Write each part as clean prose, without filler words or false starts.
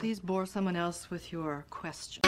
Please bore someone else with your question.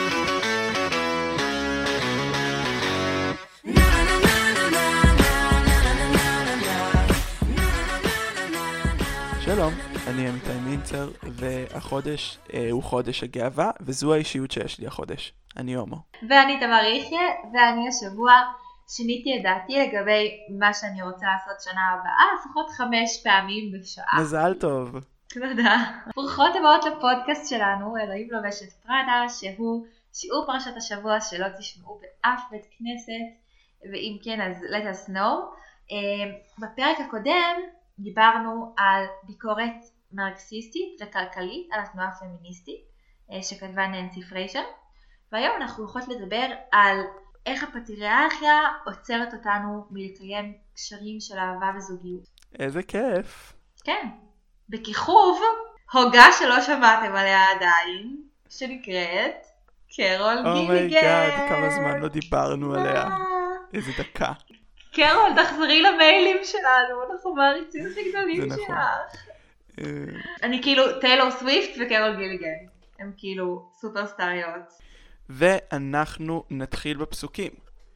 שלום, אני אמיתי מינצר, והחודש הוא חודש הגאווה, וזו האישיות שיש לי החודש. אני הומו. ואני תמר יחיה, ואני השבוע שיניתי את דעתי לגבי מה שאני רוצה לעשות שנה הבאה, לפחות 5 פעמים בשעה. מזל טוב. תודה. ברוכות הבאות לפודקאסט שלנו, אלוהים לובשת פרדה, שהוא שיעור פרשת השבוע שלא תשמעו באף בית כנסת, ואם כן אז let us know. בפרק הקודם דיברנו על ביקורת מרקסיסטית וכלכלית על התנועה הפמיניסטית שכתבה ננסי פריישר, והיום אנחנו הולכות לדבר על איך הפטריארכיה עוצרת אותנו מלקיים קשרים של אהבה וזוגיות. איזה כיף. כן, בכיכוב הוגה שלא שמעתם עליה עדיין, שנקראת קרול גיליגן. אומייגאד, כמה זמן לא דיברנו עליה. איזה דקה. קרול, תחזרי למיילים שלנו, אנחנו מעריצים הכי גדולים שלך. אני כאילו טיילור סוויפט וקרול גיליגן, הם כאילו סופרסטריות. ואנחנו נתחיל בפסוקים.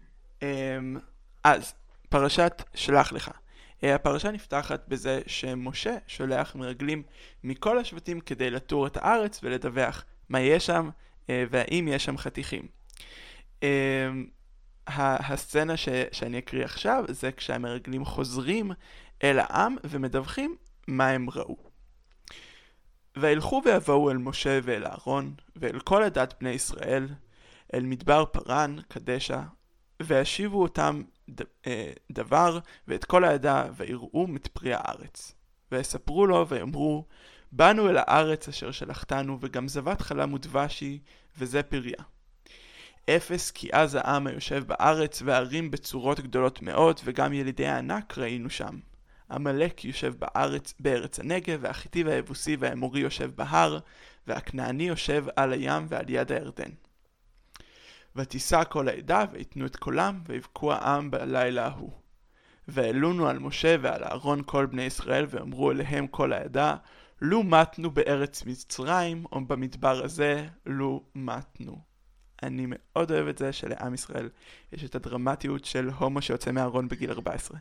אז, פרשת שלח לך. הפרשה נפתחת בזה שמשה שולח מרגלים מכל השבטים כדי לטור את הארץ ולדווח מה יש שם והאם יש שם חתיכים. הסצנה שאני אקריא עכשיו זה כשהמרגלים חוזרים אל העם ומדווחים מה הם ראו. וילכו ויבואו אל משה ואל אהרון ואל כל עדת בני ישראל אל מדבר פרן קדשה והשיבו אותם דבר ואת כל העדה ויראו את פרי הארץ ויספרו לו ויאמרו באנו אל הארץ אשר שלחתנו וגם זבת חלב ודבש היא וזה פריה. אפס כי אז העם היושב בארץ והערים בצורות גדולות מאוד וגם ילידי הענק ראינו שם. עמלק יושב בארץ הנגב והחיתי והיבוסי והאמורי יושב בהר והכנעני יושב על הים ועל יד הירדן. ותישא כל העדה ויתנו את קולם ויבכו העם בלילה ההוא. והעלונו על משה ועל אהרון כל בני ישראל ואמרו אליהם כל העדה לו מתנו בארץ מצרים או במדבר הזה לו מתנו. אני מאוד אוהב את זה שלעם ישראל יש את הדרמטיות של הומו שיוצא מהארון בגיל 14.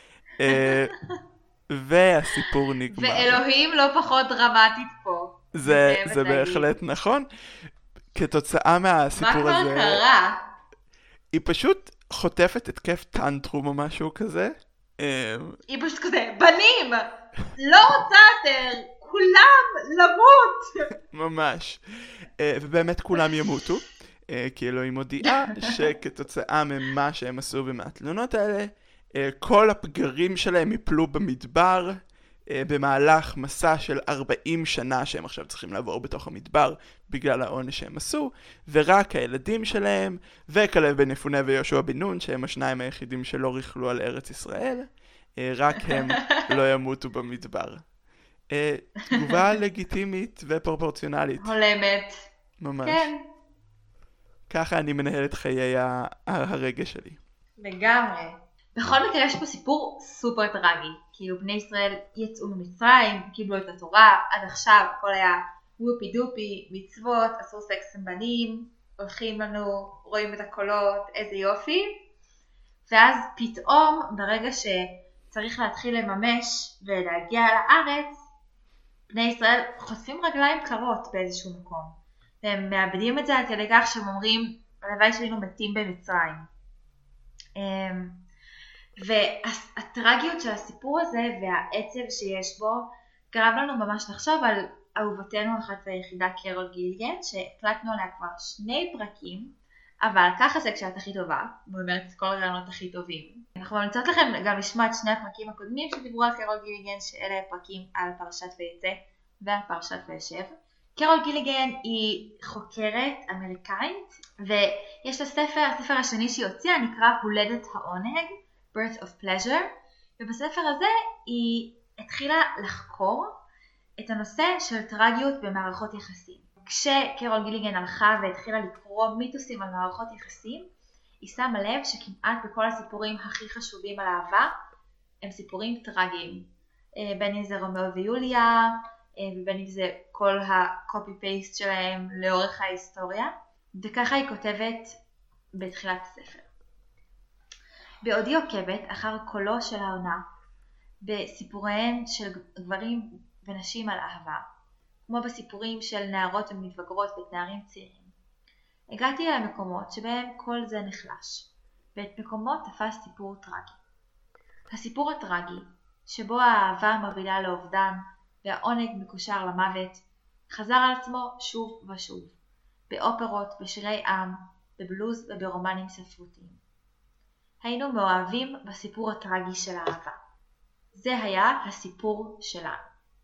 והסיפור נגמר. ואלוהים לא פחות דרמטית פה. זה בהחלט נכון. כתוצאה מהסיפור הזה... מה כבר קרה? היא פשוט חוטפת התקף טנטרום או משהו כזה. היא פשוט כזה, בנים! לא רוצה יותר! כולם למות! ממש. ובאמת כולם ימותו. כי אלוהים מודיעה שכתוצאה ממה שהם עשו ומהתלונות האלה, כל הפגרים שלהם יפלו במדבר במהלך מסע של 40 שנה שהם עכשיו צריכים לעבור בתוך המדבר בגלל העונש שהם עשו, ורק הילדים שלהם וכלב בן יפונה ויהושע בן נון שהם השניים היחידים שלא ריחלו על ארץ ישראל, רק הם לא ימותו במדבר. תגובה לגיטימית ופרופורציונלית. הולמת. ממש. כן. ככה אני מנהל את חיי הרגש שלי. לגמרי. בכל מקרה יש פה סיפור סופר טרגי. כאילו בני ישראל יצאו ממצרים, קיבלו את התורה, עד עכשיו הכל היה וופי דופי, מצוות, עשו סקס עם בנים, הולכים לנו, רואים את הקולות, איזה יופי. ואז פתאום ברגע שצריך להתחיל לממש ולהגיע לארץ, בני ישראל חושפים רגליים קרות באיזשהו מקום. והם מאבדים את זה על כדי כך שהם אומרים, הלוואי שהיינו מתים במצרים. והטרגיות של הסיפור הזה והעצב שיש בו, גרם לנו ממש לחשוב על אהובתנו אחת והיחידה קרול גיליגן, שהקלטנו עליה כבר 2 פרקים, אבל ככה זה כשאת הכי טובה, ואומרת את כל הרעיונות הכי טובים. אנחנו ממליצות לכם גם לשמוע את 2 הפרקים הקודמים שדיברו על קרול גיליגן, שאלה הפרקים על פרשת ויצא ועל פרשת וישב. קרול גיליגן היא חוקרת אמריקאית, ויש לה הספר השני שהיא הוציאה נקרא הולדת העונג, Birth of Pleasure, ובספר הזה היא התחילה לחקור את הנושא של טרגיות במערכות יחסים. כשקרול גיליגן הלכה והתחילה לקרוא מיתוסים על מערכות יחסים, היא שמה לב שכמעט בכל הסיפורים הכי חשובים על אהבה, הם סיפורים טרגיים. בין אם זה רומאו ויוליה, ובין אם זה כל ה-copy-paste שלהם לאורך ההיסטוריה, וככה היא כותבת בתחילת הספר. בעודי עוקבת אחר קולו של העונה, בסיפוריהם של גברים ונשים על אהבה, כמו בסיפורים של נערות ומתבגרות ונערים צעירים. הגעתי אל המקומות שבהם כל זה נחלש, ואת מקומות תפס סיפור טרגי. הסיפור הטרגי, שבו האהבה מובילה לאובדן והעונג מקושר למוות, חזר על עצמו שוב ושוב, באופרות, בשירי עם, בבלוז וברומנים ספרותיים. היינו מאוהבים בסיפור הטרגי של האהבה. זה היה הסיפור שלנו.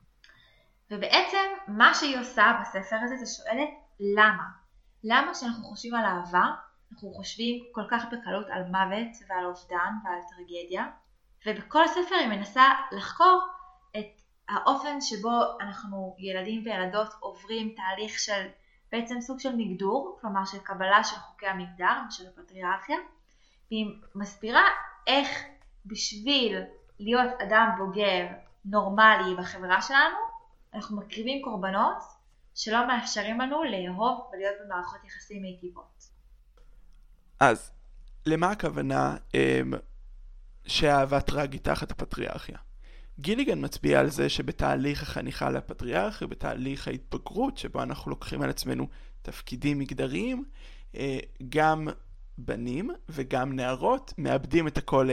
ובעצם מה שהיא עושה בספר הזה זה שואלת למה? למה כשאנחנו חושבים על אהבה, אנחנו חושבים כל כך בקלות על מוות ועל אובדן ועל טרגדיה, ובכל הספר היא מנסה לחקור את האופן שבו אנחנו ילדים וילדות עוברים תהליך של בעצם סוג של מגדור, כלומר של קבלה של חוקי המגדר, של הפטריארכיה, והיא מסבירה איך בשביל להיות אדם בוגר נורמלי בחברה שלנו, אנחנו מקריבים קורבנות שלא מאפשרים לנו לאהוב ולהיות במערכות יחסים מיטיבות. אז, למה הכוונה שהאהבה טרגית תחת הפטריארכיה? גיליגן מצביע על זה שבתהליך החניכה לפטריארכיה, בתהליך ההתבגרות שבו אנחנו לוקחים על עצמנו תפקידים מגדריים, גם בנים וגם נערות מאבדים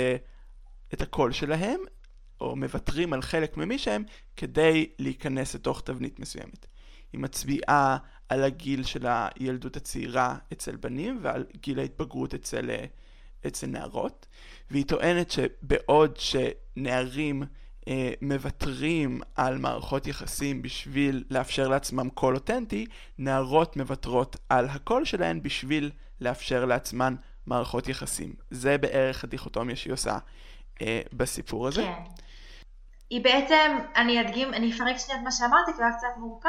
את הקול שלהם, או מוותרים על חלק ממי שהם, כדי להיכנס לתוך תבנית מסוימת. היא מצביעה על הגיל של הילדות הצעירה אצל בנים, ועל גיל ההתבגרות אצל נערות, והיא טוענת שבעוד שנערים מוותרים על מערכות יחסים בשביל לאפשר לעצמם קול אותנטי, נערות מוותרות על הקול שלהן בשביל לאפשר לעצמן מערכות יחסים. זה בערך הדיכוטומיה שהיא עושה בסיפור הזה. כן. היא בעצם, אני אפרק שנייה את מה שאמרתי, כבר קצת מורכב,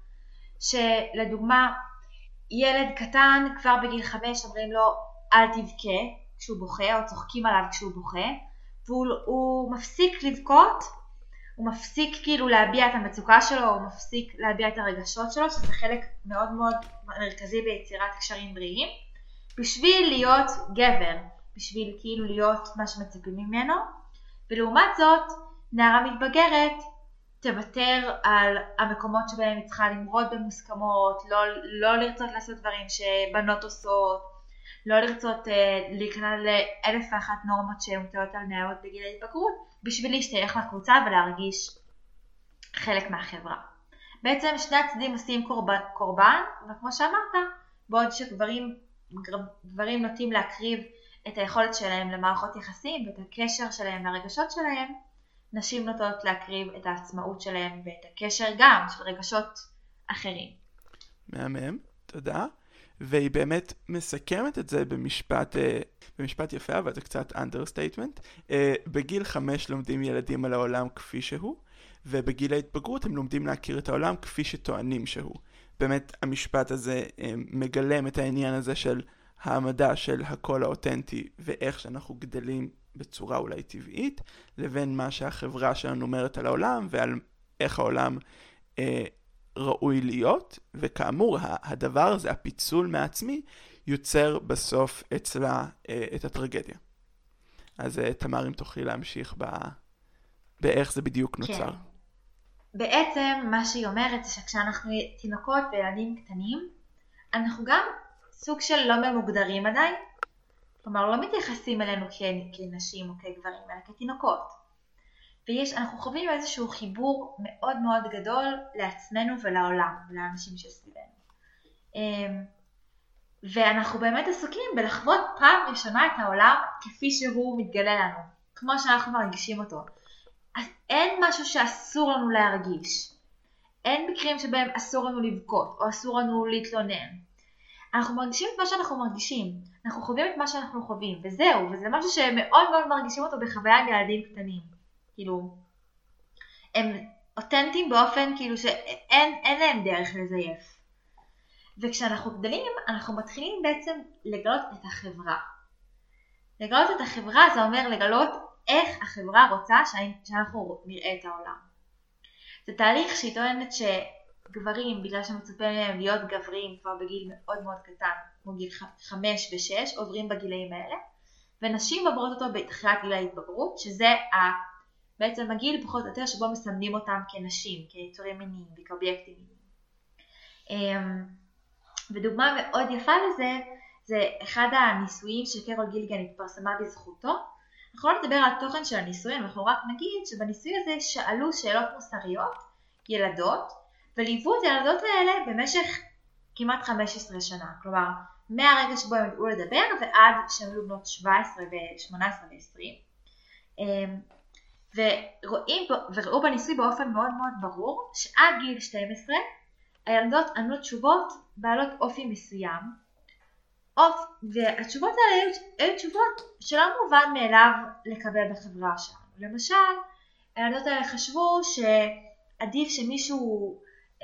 שלדוגמה, ילד קטן כבר בגיל 5 אומרים לו אל תבכה כשהוא בוכה, או צוחקים עליו כשהוא בוכה, והוא מפסיק לבכות, הוא מפסיק כאילו להביע את המצוקה שלו, הוא מפסיק להביע את הרגשות שלו, שזה חלק מאוד מאוד מרכזי ביצירת קשרים בריאים, בשביל להיות גבר, בשביל כאילו להיות מה שמצפים ממנו, ולעומת זאת, נערה מתבגרת תוותר על המקומות שבהם היא צריכה למרוד במוסכמות, לא לרצות לעשות דברים שבנות עושות, לא לרצות להיכנס לאלף ואחת נורמות שמוטלות על נערות בגיל ההתבגרות, בשביל להשתייך לקבוצה ולהרגיש חלק מהחברה. בעצם שני הצדדים עושים קורבן, וכמו שאמרת, בעוד שגברים נוטים להקריב את היכולת שלהם למערכות יחסים ואת הקשר שלהם לרגשות שלהם, נשים נוטות להקריב את העצמאות שלהם ואת הקשר גם של רגשות אחרים. מהמם, תודה. והיא באמת מסכמת את זה במשפט יפה, אבל זה קצת understatement. בגיל 5 לומדים ילדים על העולם כפי שהוא, ובגיל ההתבגרות הם לומדים להכיר את העולם כפי שטוענים שהוא. באמת המשפט הזה מגלם את העניין הזה של העמדה של הקול האותנטי ואיך שאנחנו גדלים בצורה אולי טבעית, לבין מה שהחברה שלנו אומרת על העולם ועל איך העולם ראוי להיות, וכאמור הדבר הזה, הפיצול מעצמי, יוצר בסוף אצלה את הטרגדיה. אז תמר, אם תוכלי להמשיך באיך זה בדיוק נוצר. כן. בעצם מה שהיא אומרת זה שכשאנחנו תינוקות וילדים קטנים, אנחנו גם סוג של לא ממוגדרים עדיין, כלומר לא מתייחסים אלינו כנשים או כגברים, אלא כתינוקות. ואנחנו חווים איזשהו חיבור מאוד מאוד גדול לעצמנו ולעולם, ולאנשים שסביבנו. ואנחנו באמת עסוקים בלחוות פעם ראשונה את העולם כפי שהוא מתגלה לנו, כמו שאנחנו מרגישים אותו. אז אין משהו שאסור לנו להרגיש. אין מקרים שבהם אסור לנו לבכות, או אסור לנו להתלונן. אנחנו מרגישים את מה שאנחנו מרגישים, אנחנו חווים את מה שאנחנו חווים, וזהו, וזה משהו שמאוד מאוד מרגישים אותו בחוויה עם ילדים קטנים. כאילו, הם אותנטיים באופן כאילו שאין להם דרך לזייף. וכשאנחנו גדלים, אנחנו מתחילים בעצם לגלות את החברה. לגלות את החברה זה אומר לגלות איך החברה רוצה שאנחנו נראה את העולם. זה תהליך שהיא טוענת גברים, בגלל שמצופה מהם להיות גברים כבר בגיל מאוד מאוד קטן, כמו גיל 5 ו-6, עוברים בגילאים האלה, ונשים עוברות אותו בתחילת גיל ההתבגרות, שזה בעצם הגיל פחות או יותר שבו מסמנים אותם כנשים, כיצורים מיניים וכאובייקטים מיניים. ודוגמה מאוד יפה לזה, זה אחד הניסויים שקרול גילגן התפרסמה בזכותו. אנחנו לא נדבר על התוכן של הניסויים, אנחנו רק נגיד שבניסוי הזה שאלו שאלות מוסריות, ילדות, וליוו את הילדות האלה במשך כמעט 15 שנה. כלומר, מהרגע שבו הם ידעו לדבר ועד שהם היו בנות 17 ו-18 ו-20. וראו בניסוי באופן מאוד מאוד ברור שעד גיל 12 הילדות ענו תשובות בעלות אופי מסוים, והתשובות האלה היו תשובות שלא מובן מאליו לקבל בחברה שלנו. למשל, הילדות האלה חשבו שעדיף שמישהו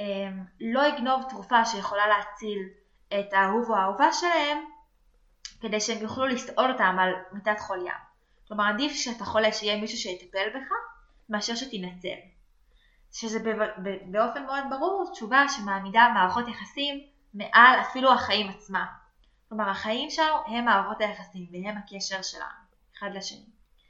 לא יגנוב תרופה שיכולה להציל את האהוב או האהובה שלהם, כדי שהם יוכלו לסעוד אותם על מיטת חול ים. כלומר, עדיף שאתה חולה שיהיה מישהו שיטפל בך, מאשר שתינצל. שזה באופן מאוד ברור תשובה שמעמידה מערכות יחסים מעל אפילו החיים עצמם. כלומר, החיים שלנו הם מערכות היחסים והם הקשר שלנו, אחד לשני.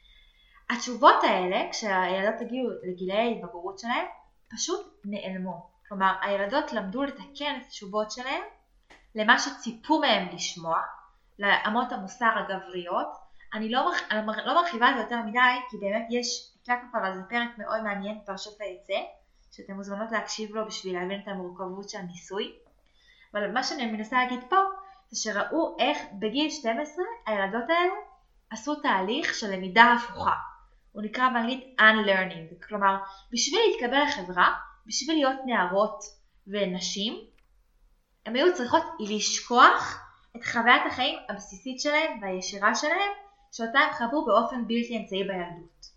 התשובות האלה, כשהילדות הגיעו לגילי ההתבגרות שלהם, פשוט נעלמו. כלומר, הילדות למדו לתקן את התשובות שלהם למה שציפו מהם לשמוע, לאמות המוסר הגבריות. אני לא מרחיבה את זה יותר מדי, כי באמת הקלטנו כבר על זה פרק מאוד מעניין, פרשות היצא, שאתם מוזמנות להקשיב לו בשביל להבין את המורכבות של הניסוי. אבל מה שאני מנסה להגיד פה, זה שראו איך בגיל 12 הילדות האלה עשו תהליך של למידה הפוכה. הוא נקרא באנגלית unlearning. כלומר, בשביל להתקבל לחברה, בשביל להיות נערות ונשים, הם היו צריכות לשכוח את חוויית החיים הבסיסית שלהם והישירה שלהם, שאותה הם חוו באופן בלתי אמצעי בילדות.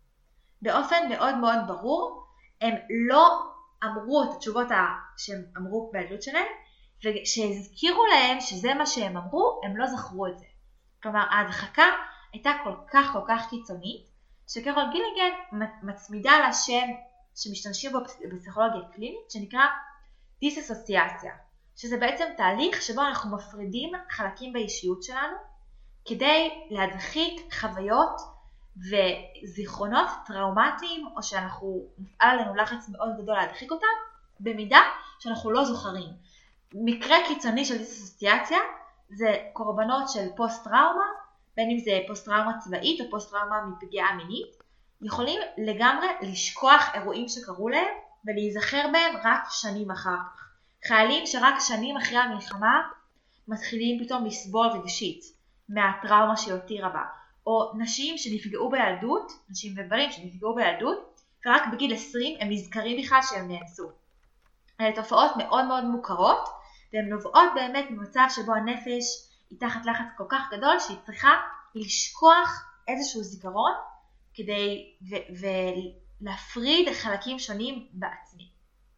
באופן מאוד מאוד ברור, הם לא אמרו את התשובות שהם אמרו בילדות שלהם, וכשהזכירו להם שזה מה שהם אמרו, הם לא זכרו את זה. כלומר, ההדחקה הייתה כל כך קיצונית, שקרול גילגן מצמידה לה שם שמשתמשים בו בפסיכולוגיה קלינית, שנקרא דיסאסוציאציה, שזה בעצם תהליך שבו אנחנו מפרידים חלקים באישיות שלנו, כדי להדחיק חוויות וזיכרונות טראומטיים, או שאנחנו מופעל עלינו לחץ מאוד גדול להדחיק אותם, במידה שאנחנו לא זוכרים. מקרה קיצוני של דיסאסוציאציה זה קורבנות של פוסט טראומה, בין אם זה פוסט טראומה צבאית או פוסט טראומה מפגיעה מינית, יכולים לגמרי לשכוח אירועים שקרו להם ולהיזכר בהם רק שנים אחר כך. חיילים שרק שנים אחרי המלחמה מתחילים פתאום לסבול רגשית מהטראומה שהותירה בה, או נשים שנפגעו בילדות, נשים וגברים שנפגעו בילדות, ורק בגיל 20 הם נזכרים בכלל שהם נאנסו. אלה תופעות מאוד מאוד מוכרות, והן נובעות באמת ממצב שבו הנפש היא תחת לחץ כל כך גדול שהיא צריכה לשכוח איזשהו זיכרון כדי ולהפריד חלקים שונים בעצמי.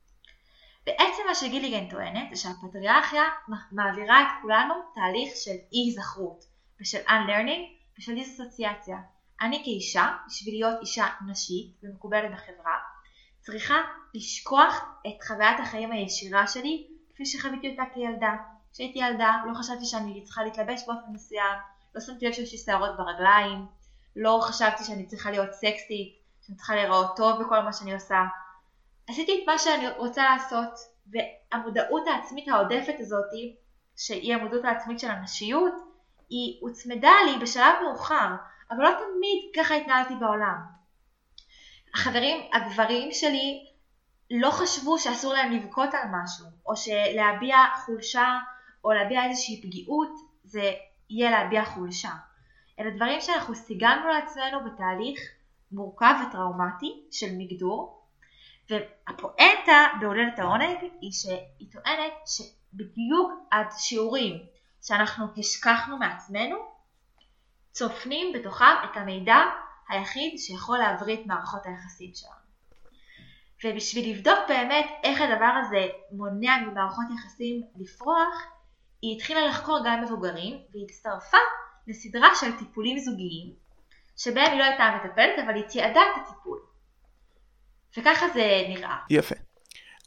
בעצם מה שגילגן טוענת זה שהפטריארכיה מעבירה את כולנו תהליך של אי זכרות ושל unlearning ושל דיסאסוציאציה. אני כאישה, בשביל להיות אישה נשית ומקובלת בחברה, צריכה לשכוח את חוויית החיים הישירה שלי כפי שחוויתי אותה כילדה. כשהייתי ילדה לא חשבתי שאני צריכה להתלבש באופן מסוים, לא שמתי לב שיש לי שערות ברגליים, לא חשבתי שאני צריכה להיות סקסית, שאני צריכה להיראות טוב בכל מה שאני עושה. עשיתי את מה שאני רוצה לעשות, והמודעות העצמית העודפת הזאת, שהיא המודעות העצמית של הנשיות, היא הוצמדה לי בשלב מאוחר, אבל לא תמיד ככה התנהלתי בעולם. הגברים שלי לא חשבו שאסור להם לבכות על משהו, או שלהביע חולשה, או להביע איזושהי פגיעות, זה יהיה להביע חולשה. אלה דברים שאנחנו סיגלנו לעצמנו בתהליך מורכב וטראומטי של מגדור, והפואנטה בהולדת העונג היא טוענת שבדיוק השיעורים שאנחנו השכחנו מעצמנו, צופנים בתוכם את המידע היחיד שיכול להבריא את מערכות היחסים שלנו. ובשביל לבדוק באמת איך הדבר הזה מונע ממערכות יחסים לפרוח, היא התחילה לחקור גם מבוגרים, והיא הצטרפה לסדרה של טיפולים זוגיים, שבהם היא לא הייתה מטפלת, אבל היא תיעדה את הטיפול. וככה זה נראה. יפה.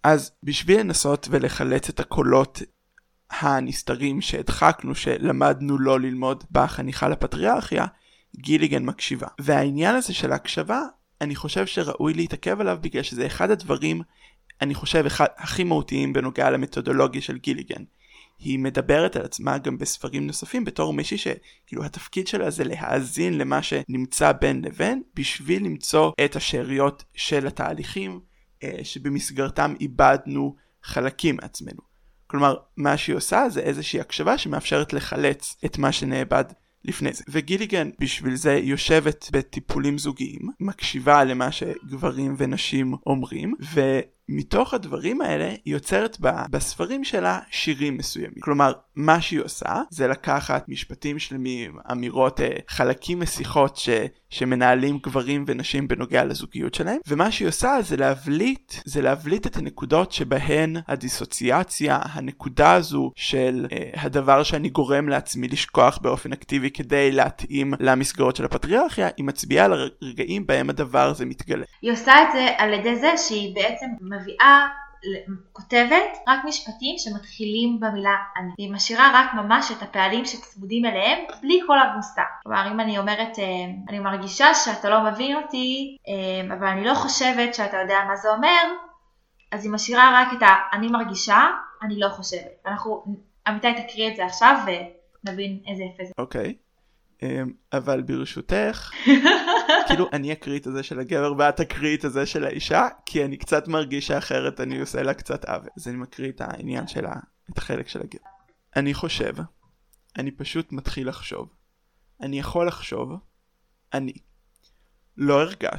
אז בשביל לנסות ולחלץ את הקולות הנסתרים שהדחקנו, שלמדנו לא ללמוד בחניכה לפטריארכיה, גיליגן מקשיבה. והעניין הזה של ההקשבה, אני חושב שראוי להתעכב עליו, בגלל שזה אחד הדברים, אני חושב, הכי מהותיים בנוגע למתודולוגיה של גיליגן. היא מדברת על עצמה גם בספרים נוספים בתור מישהי שכאילו התפקיד שלה זה להאזין למה שנמצא בין לבין, בשביל למצוא את השאריות של התהליכים שבמסגרתם איבדנו חלקים מעצמנו. כלומר, מה שהיא עושה זה איזושהי הקשבה שמאפשרת לחלץ את מה שנאבד לפני זה. וגיליגן בשביל זה יושבת בטיפולים זוגיים, מקשיבה למה שגברים ונשים אומרים, ומתוך הדברים האלה היא יוצרת בספרים שלה שירים מסוימים. כלומר, מה שהיא עושה זה לקחת משפטים שלמים, אמירות, חלקים משיחות שמנהלים גברים ונשים בנוגע לזוגיות שלהם, ומה שהיא עושה זה להבליט את הנקודות שבהן הדיסוציאציה, הנקודה הזו של הדבר שאני גורם לעצמי לשכוח באופן אקטיבי כדי להתאים למסגרות של הפטריארכיה, היא מצביעה על הרגעים בהם הדבר הזה מתגלה. היא עושה את זה על ידי זה שהיא בעצם מביאה, כותבת רק משפטים שמתחילים במילה אני. היא משאירה רק ממש את הפעלים שצמודים אליהם, בלי כל המושג. כלומר, אם אני אומרת, אני מרגישה שאתה לא מבין אותי, אבל אני לא חושבת שאתה יודע מה זה אומר, אז היא משאירה רק את אני מרגישה, אני לא חושבת. עמיתי תקריא את זה עכשיו ונבין איזה יפה זה. אוקיי. אבל ברשותך, כאילו אני אקריא את הזה של הגבר ואת תקריא את הזה של האישה, כי אני קצת מרגיש שאחרת אני עושה לה קצת עוול. אז אני מקריא את העניין שלה, את החלק של הגבר. אני חושב, אני פשוט מתחיל לחשוב. אני יכול לחשוב, אני. לא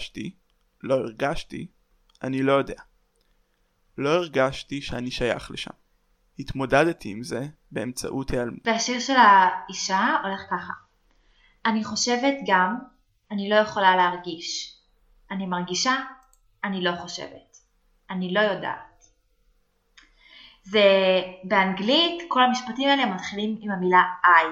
הרגשתי, אני לא יודע. לא הרגשתי שאני שייך לשם. התמודדתי עם זה באמצעות היעלמות. והשיר של האישה הולך ככה. אני חושבת גם, אני לא יכולה להרגיש. אני מרגישה, אני לא חושבת. אני לא יודעת. זה באנגלית, כל המשפטים האלה מתחילים עם המילה I.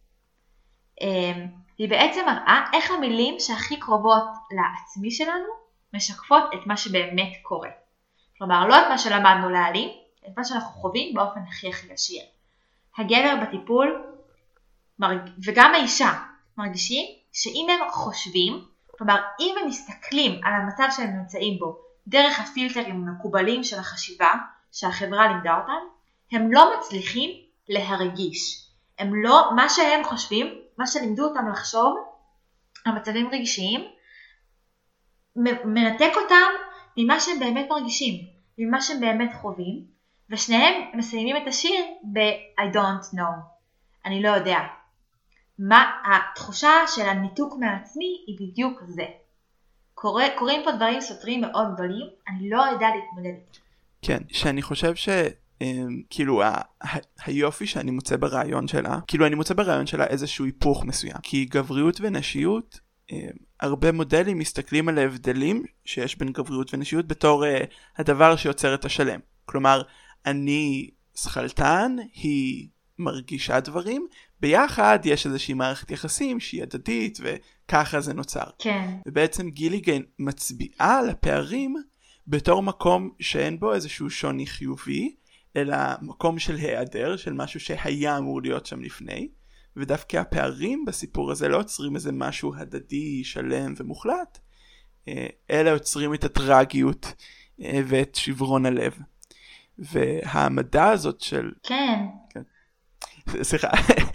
היא בעצם מראה איך המילים שהכי קרובות לעצמי שלנו משקפות את מה שבאמת קורה. כלומר, לא את מה שלמדנו להעלים, את מה שאנחנו חווים באופן הכי ישיר. הגבר בטיפול וגם האישה מרגישים שאם הם חושבים, כלומר אם הם מסתכלים על המצב שהם נמצאים בו דרך הפילטרים המקובלים של החשיבה שהחברה לימדה אותם, הם לא מצליחים להרגיש. הם לא, מה שהם חושבים, מה שלימדו אותם לחשוב, המצבים רגשיים, מנתק אותם ממה שהם באמת מרגישים, ממה שהם באמת חווים, ושניהם מסיימים את השיר ב-I don't know. אני לא יודע. מה התחושה של הניתוק מעצמי היא בדיוק זה. קוראים פה דברים סותרים מאוד גדולים, אני לא יודע להתמודד. כן, שאני חושב כאילו היופי שאני מוצא ברעיון שלה, כאילו אני מוצא ברעיון שלה איזשהו היפוך מסוים. כי גבריות ונשיות, הרבה מודלים מסתכלים על ההבדלים שיש בין גבריות ונשיות בתור הדבר שיוצר את השלם. כלומר, אני שכלתן, היא מרגישה דברים, ביחד יש איזושהי מערכת יחסים שהיא הדדית, וככה זה נוצר. כן. ובעצם גיליגן מצביעה על הפערים בתור מקום שאין בו איזשהו שוני חיובי, אלא מקום של היעדר, של משהו שהיה אמור להיות שם לפני, ודווקא הפערים בסיפור הזה לא יוצרים איזה משהו הדדי, שלם ומוחלט, אלא יוצרים את הטרגיות ואת שברון הלב. והעמדה הזאת של... כן. סליחה.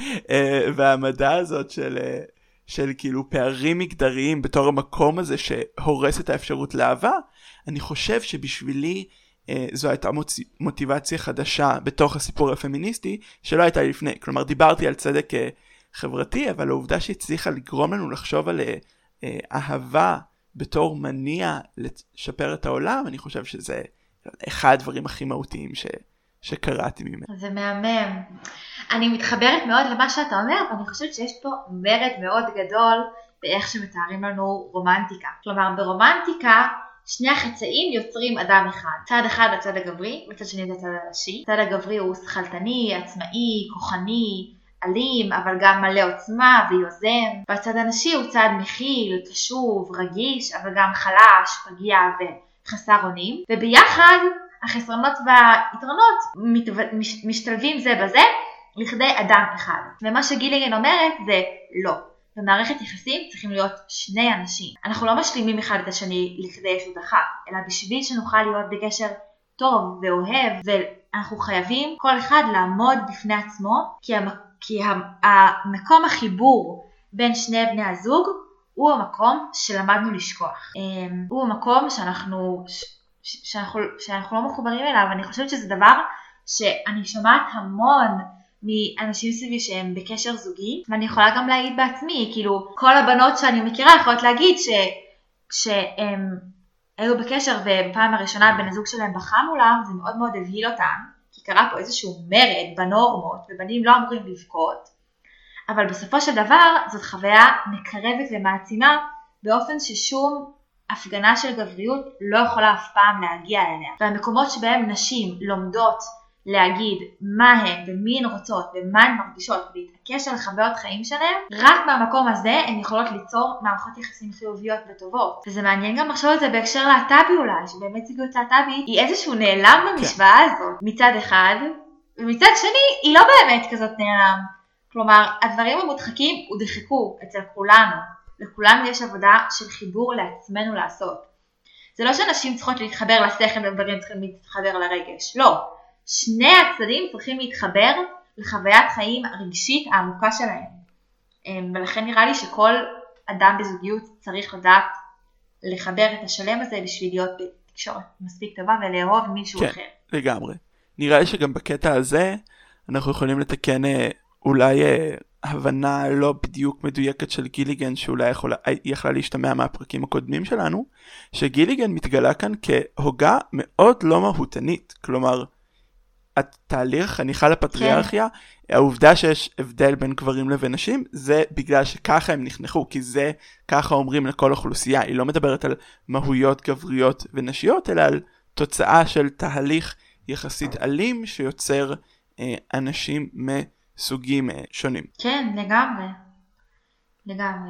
והעמדה הזאת של כאילו פערים מגדריים בתור המקום הזה שהורס את האפשרות לאהבה, אני חושב שבשבילי זו הייתה מוטיבציה חדשה בתוך הסיפור הפמיניסטי שלא הייתה לפני. כלומר, דיברתי על צדק חברתי, אבל העובדה שהצליחה לגרום לנו לחשוב על אהבה בתור מניע לשפר את העולם, אני חושב שזה אחד הדברים הכי מהותיים שקראתי ממנו. זה מהמם. אני מתחברת מאוד למה שאתה אומר, ואני חושבת שיש פה מרד מאוד גדול באיך שמתארים לנו רומנטיקה. כלומר, ברומנטיקה שני החצאים יוצרים אדם אחד. צד אחד הצד הגברי, וצד שני הצד הנשי. הצד הגברי הוא שכלתני, עצמאי, כוחני, אלים, אבל גם מלא עוצמה ויוזם. והצד הנשי הוא צד מכיל, קשוב, רגיש, אבל גם חלש, פגיע וחסר אונים. וביחד החסרונות והיתרונות משתלבים זה בזה לכדי אדם אחד. ומה שגיליגן אומרת זה לא. במערכת יחסים צריכים להיות שני אנשים. אנחנו לא משלימים אחד את השני לכדי ישות אחת, אלא בשביל שנוכל להיות בקשר טוב ואוהב, ואנחנו חייבים כל אחד לעמוד בפני עצמו, כי המקום החיבור בין שני בני הזוג הוא המקום שלמדנו לשכוח. הוא המקום שאנחנו לא מחוברים אליו. אני חושבת שזה דבר שאני שומעת המון מאנשים סביבי שהם בקשר זוגי, ואני יכולה גם להגיד בעצמי, כאילו כל הבנות שאני מכירה יכולות להגיד שהם היו בקשר ובפעם הראשונה בן הזוג שלהם בכה מולם, זה מאוד מאוד הבהיל אותם, כי קרה פה איזשהו מרד בנורמות, ובנים לא אמורים לבכות, אבל בסופו של דבר זאת חוויה מקרבת ומעצימה, באופן ששום הפגנה של גבריות לא יכולה אף פעם להגיע אליה. והמקומות שבהם נשים לומדות להגיד מה הן ומי הן רוצות ומה הן מרגישות ולהתעקש על חוויות חיים שלהם, רק מהמקום הזה הן יכולות ליצור מערכות יחסים חיוביות וטובות. וזה מעניין גם לחשוב על זה בהקשר להט"בי אולי, שבאמת זוגיות להט"בי היא איזשהו נעלם במשוואה הזאת מצד אחד, ומצד שני היא לא באמת כזאת נעלם. כלומר, הדברים המודחקים הודחקו אצל כולנו. לכולנו יש עבודה של חיבור לעצמנו לעשות. זה לא שאנשים צריכות להתחבר לשכל ודברים צריכים להתחבר לרגש, לא. שני הצדדים צריכים להתחבר לחוויית חיים הרגשית העמוקה שלהם. ולכן נראה לי שכל אדם בזוגיות צריך לדעת לחבר את השלם הזה בשביל להיות בתקשורת מספיק טובה ולאהוב מישהו כן, אחר. כן, לגמרי. נראה לי שגם בקטע הזה אנחנו יכולים לתקן אולי הבנה לא בדיוק מדויקת של גיליגן, שאולי יכלה להשתמע מהפרקים הקודמים שלנו, שגיליגן מתגלה כאן כהוגה מאוד לא מהותנית. כלומר, התהליך חניכה לפטריארכיה, העובדה שיש הבדל בין גברים לבין נשים, זה בגלל שככה הם נחנכו, כי זה ככה אומרים לכל אוכלוסייה. היא לא מדברת על מהויות גבריות ונשיות, אלא על תוצאה של תהליך יחסית אלים שיוצר אנשים מסוגים שונים. כן, לגמרי. לגמרי.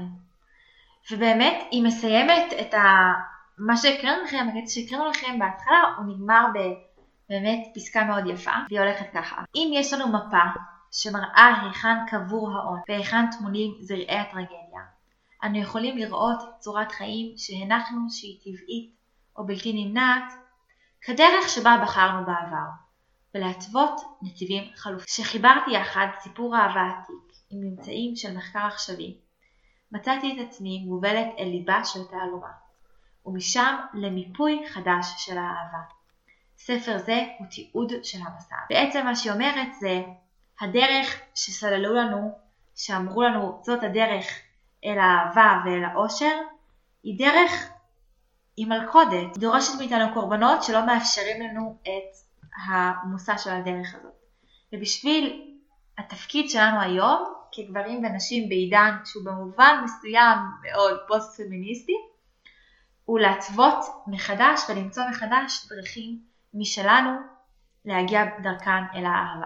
ובאמת היא מסיימת את מה שהקראנו לכם, הקטע שהקראנו לכם בהתחלה, הוא נגמר באמת פסקה מאוד יפה, והיא הולכת ככה. אם יש לנו מפה שמראה היכן קבור ההון והיכן טמונים זרעי הטרגדיה, אנו יכולים לראות צורת חיים שהנחנו שהיא טבעית או בלתי נמנעת, כדרך שבה בחרנו בעבר, ולהתוות נתיבים חלופיים. שחיברתי יחד סיפור אהבה עתיק עם ממצאים של מחקר עכשווי, מצאתי את עצמי מובלת אל ליבה של תעלומה, ומשם למיפוי חדש של האהבה. ספר זה הוא תיעוד של המסע. בעצם מה שהיא אומרת זה, הדרך שסללו לנו, שאמרו לנו זאת הדרך אל האהבה ואל האושר, היא דרך עם מלכודת. דורשת מאיתנו קורבנות שלא מאפשרים לנו את המושא של הדרך הזאת. ובשביל התפקיד שלנו היום, כגברים ונשים בעידן שהוא במובן מסוים מאוד פוסט-פמיניסטי, הוא להתוות מחדש ולמצוא מחדש דרכים משלנו להגיע דרכן אל האהבה.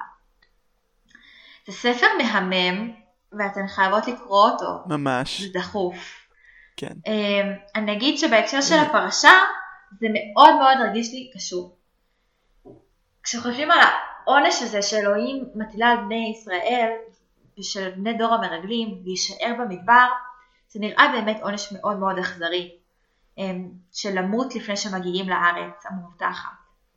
זה ספר מהמם, ואתן חייבות לקרוא אותו. ממש. זה דחוף. כן. אני אגיד שבהקשר של הפרשה, זה מאוד מאוד הרגיש לי קשור. כשחושבים על העונש הזה שאלוהים מטילה על בני ישראל, ושל בני דור המרגלים, להישאר במדבר, זה נראה באמת עונש מאוד מאוד אכזרי, של למות לפני שמגיעים לארץ המובטחת.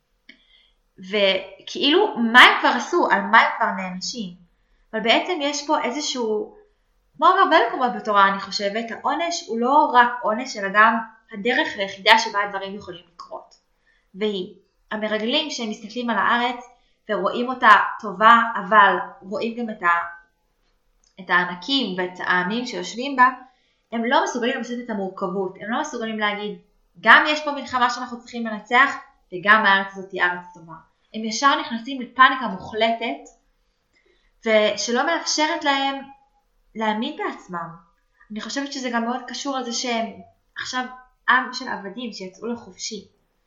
וכאילו מה הם כבר עשו, על מה הם כבר נענשים. אבל בעצם יש פה איזשהו, כמו הרבה מקומות בתורה אני חושבת, העונש הוא לא רק עונש, אלא גם הדרך היחידה שבה הדברים יכולים לקרות. והיא, המרגלים שהם מסתכלים על הארץ ורואים אותה טובה, אבל רואים גם את הענקים ואת העמים שיושבים בה, הם לא מסוגלים לעשות את המורכבות, הם לא מסוגלים להגיד, גם יש פה מלחמה שאנחנו צריכים לנצח, וגם הארץ הזאת היא ארץ טובה. הם ישר נכנסים לפאניקה מוחלטת, ושלא מאפשרת להם להאמין בעצמם. אני חושבת שזה גם מאוד קשור על זה שהם עכשיו עם של עבדים שיצאו לחופשי.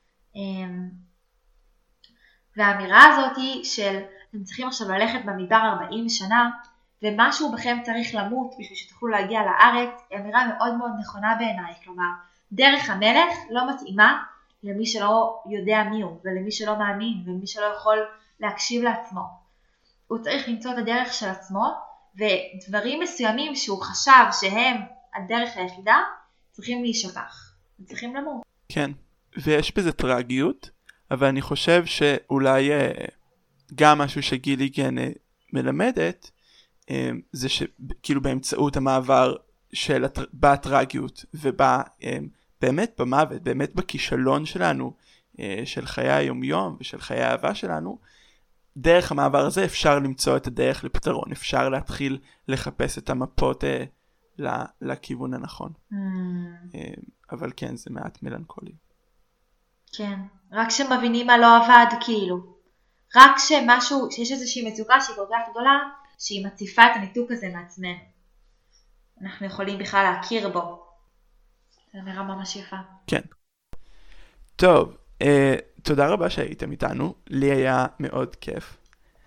והאמירה הזאת היא של, אתם צריכים עכשיו ללכת במדבר 40 שנה, ומשהו בכם צריך למות בשביל שתוכלו להגיע לארץ, היא אמירה מאוד מאוד נכונה בעיניי. כלומר, דרך המלך לא מתאימה למי שלא יודע מי הוא, ולמי שלא מאמין, ומי שלא יכול להקשיב לעצמו. הוא צריך למצוא את הדרך של עצמו, ודברים מסוימים שהוא חשב שהם הדרך היחידה, צריכים להישכח, צריכים למות. כן, ויש בזה טרגיות, אבל אני חושב שאולי גם משהו שגיליגן מלמדת, זה שכאילו באמצעות המעבר של בטרגיות ובאמת במוות, באמת בכישלון שלנו, של חיי היומיום ושל חיי האהבה שלנו, דרך המעבר הזה אפשר למצוא את הדרך לפתרון, אפשר להתחיל לחפש את המפות לכיוון הנכון. אבל כן, זה מעט מלנכולי. כן, רק שמבינים מה לא עבד כאילו. רק שמשהו, שיש איזושהי מצוקה שהיא כל כך גדולה, שהיא מציפה את הניתוק הזה מעצמנו. אנחנו יכולים בכלל להכיר בו. זה נראה ממש יפה. כן. טוב, תודה רבה שהייתם איתנו. לי היה מאוד כיף.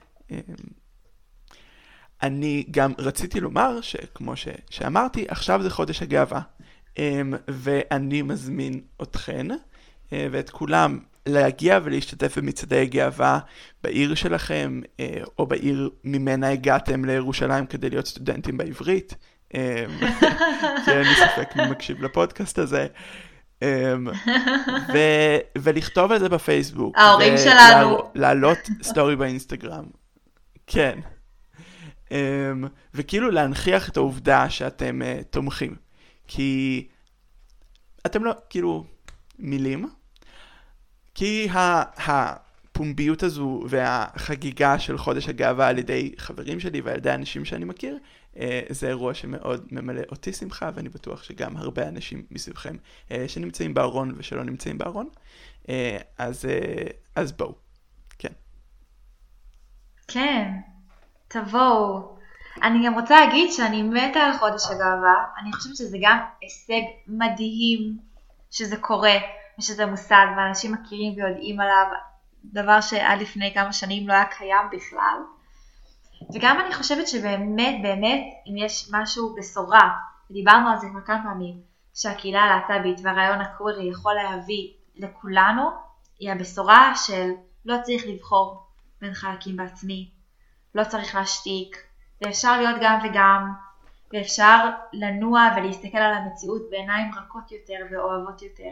אני גם רציתי לומר שכמו שאמרתי, עכשיו זה חודש הגאווה. ואני מזמין אתכן ואת כולם להגיע ולהשתתף במצעדי הגאווה בעיר שלכם, או בעיר ממנה הגעתם לירושלים כדי להיות סטודנטים בעברית. כי אין לי ספק מי מקשיב לפודקאסט הזה. ולכתוב על זה בפייסבוק. ההורים שלנו. לעלות סטורי באינסטגרם. כן. וכאילו להנכיח את העובדה שאתם תומכים. כי אתם לא, כאילו, מילים. כי הפומביות הזו והחגיגה של חודש הגאווה על ידי חברים שלי ועל ידי אנשים שאני מכיר, זה אירוע שמאוד ממלא אותי שמחה, ואני בטוח שגם הרבה אנשים מסביבכם שנמצאים בארון ושלא נמצאים בארון. אז בואו. כן. כן, תבואו. אני גם רוצה להגיד שאני מתה על חודש הגאווה. אני חושבת שזה גם הישג מדהים שזה קורה ושזה מושג ואנשים מכירים ויודעים עליו, דבר שעד לפני כמה שנים לא היה קיים בכלל. וגם אני חושבת שבאמת באמת אם יש משהו בשורה, ודיברנו על זה כמה פעמים, שהקהילה הלהט"בית והרעיון הקווירי יכול להביא לכולנו, היא הבשורה של לא צריך לבחור בין חלקים בעצמי, לא צריך להשתיק, ואפשר להיות גם וגם, ואפשר לנוע ולהסתכל על המציאות בעיניים רכות יותר ואוהבות יותר.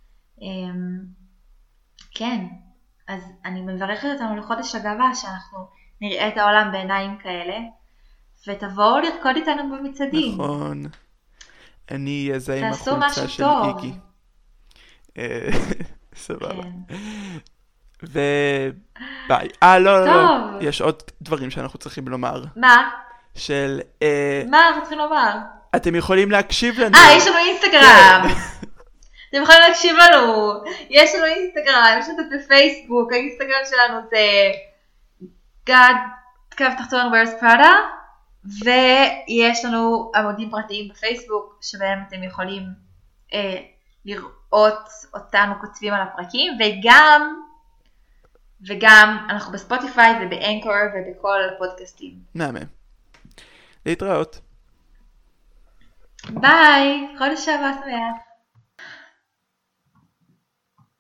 כן, אז אני מברכת אותנו לחודש הגאווה, שאנחנו נראה את העולם בעיניים כאלה, ותבואו לרקוד איתנו במצעדים. נכון. אני אעשה עם תעשו החולצה משהו של טוב. איגי. סבבה. כן. וביי. לא, טוב. יש עוד דברים שאנחנו צריכים לומר. מה? של... מה אנחנו צריכים לומר? אתם יכולים להקשיב לנו. יש לנו אינסטגרם. אתם יכולים להקשיב לנו. יש לנו אינסטגרם, יש לנו בפייסבוק. האינסטגרם שלנו זה God_Wears Prada, ויש לנו עמודים פרטיים בפייסבוק שבהם אתם יכולים לראות אותנו כותבים על הפרקים, וגם אנחנו בספוטיפיי ובאנקור ובכל הפודקאסטים. מהמם. להתראות. ביי, חודש הבא שמח.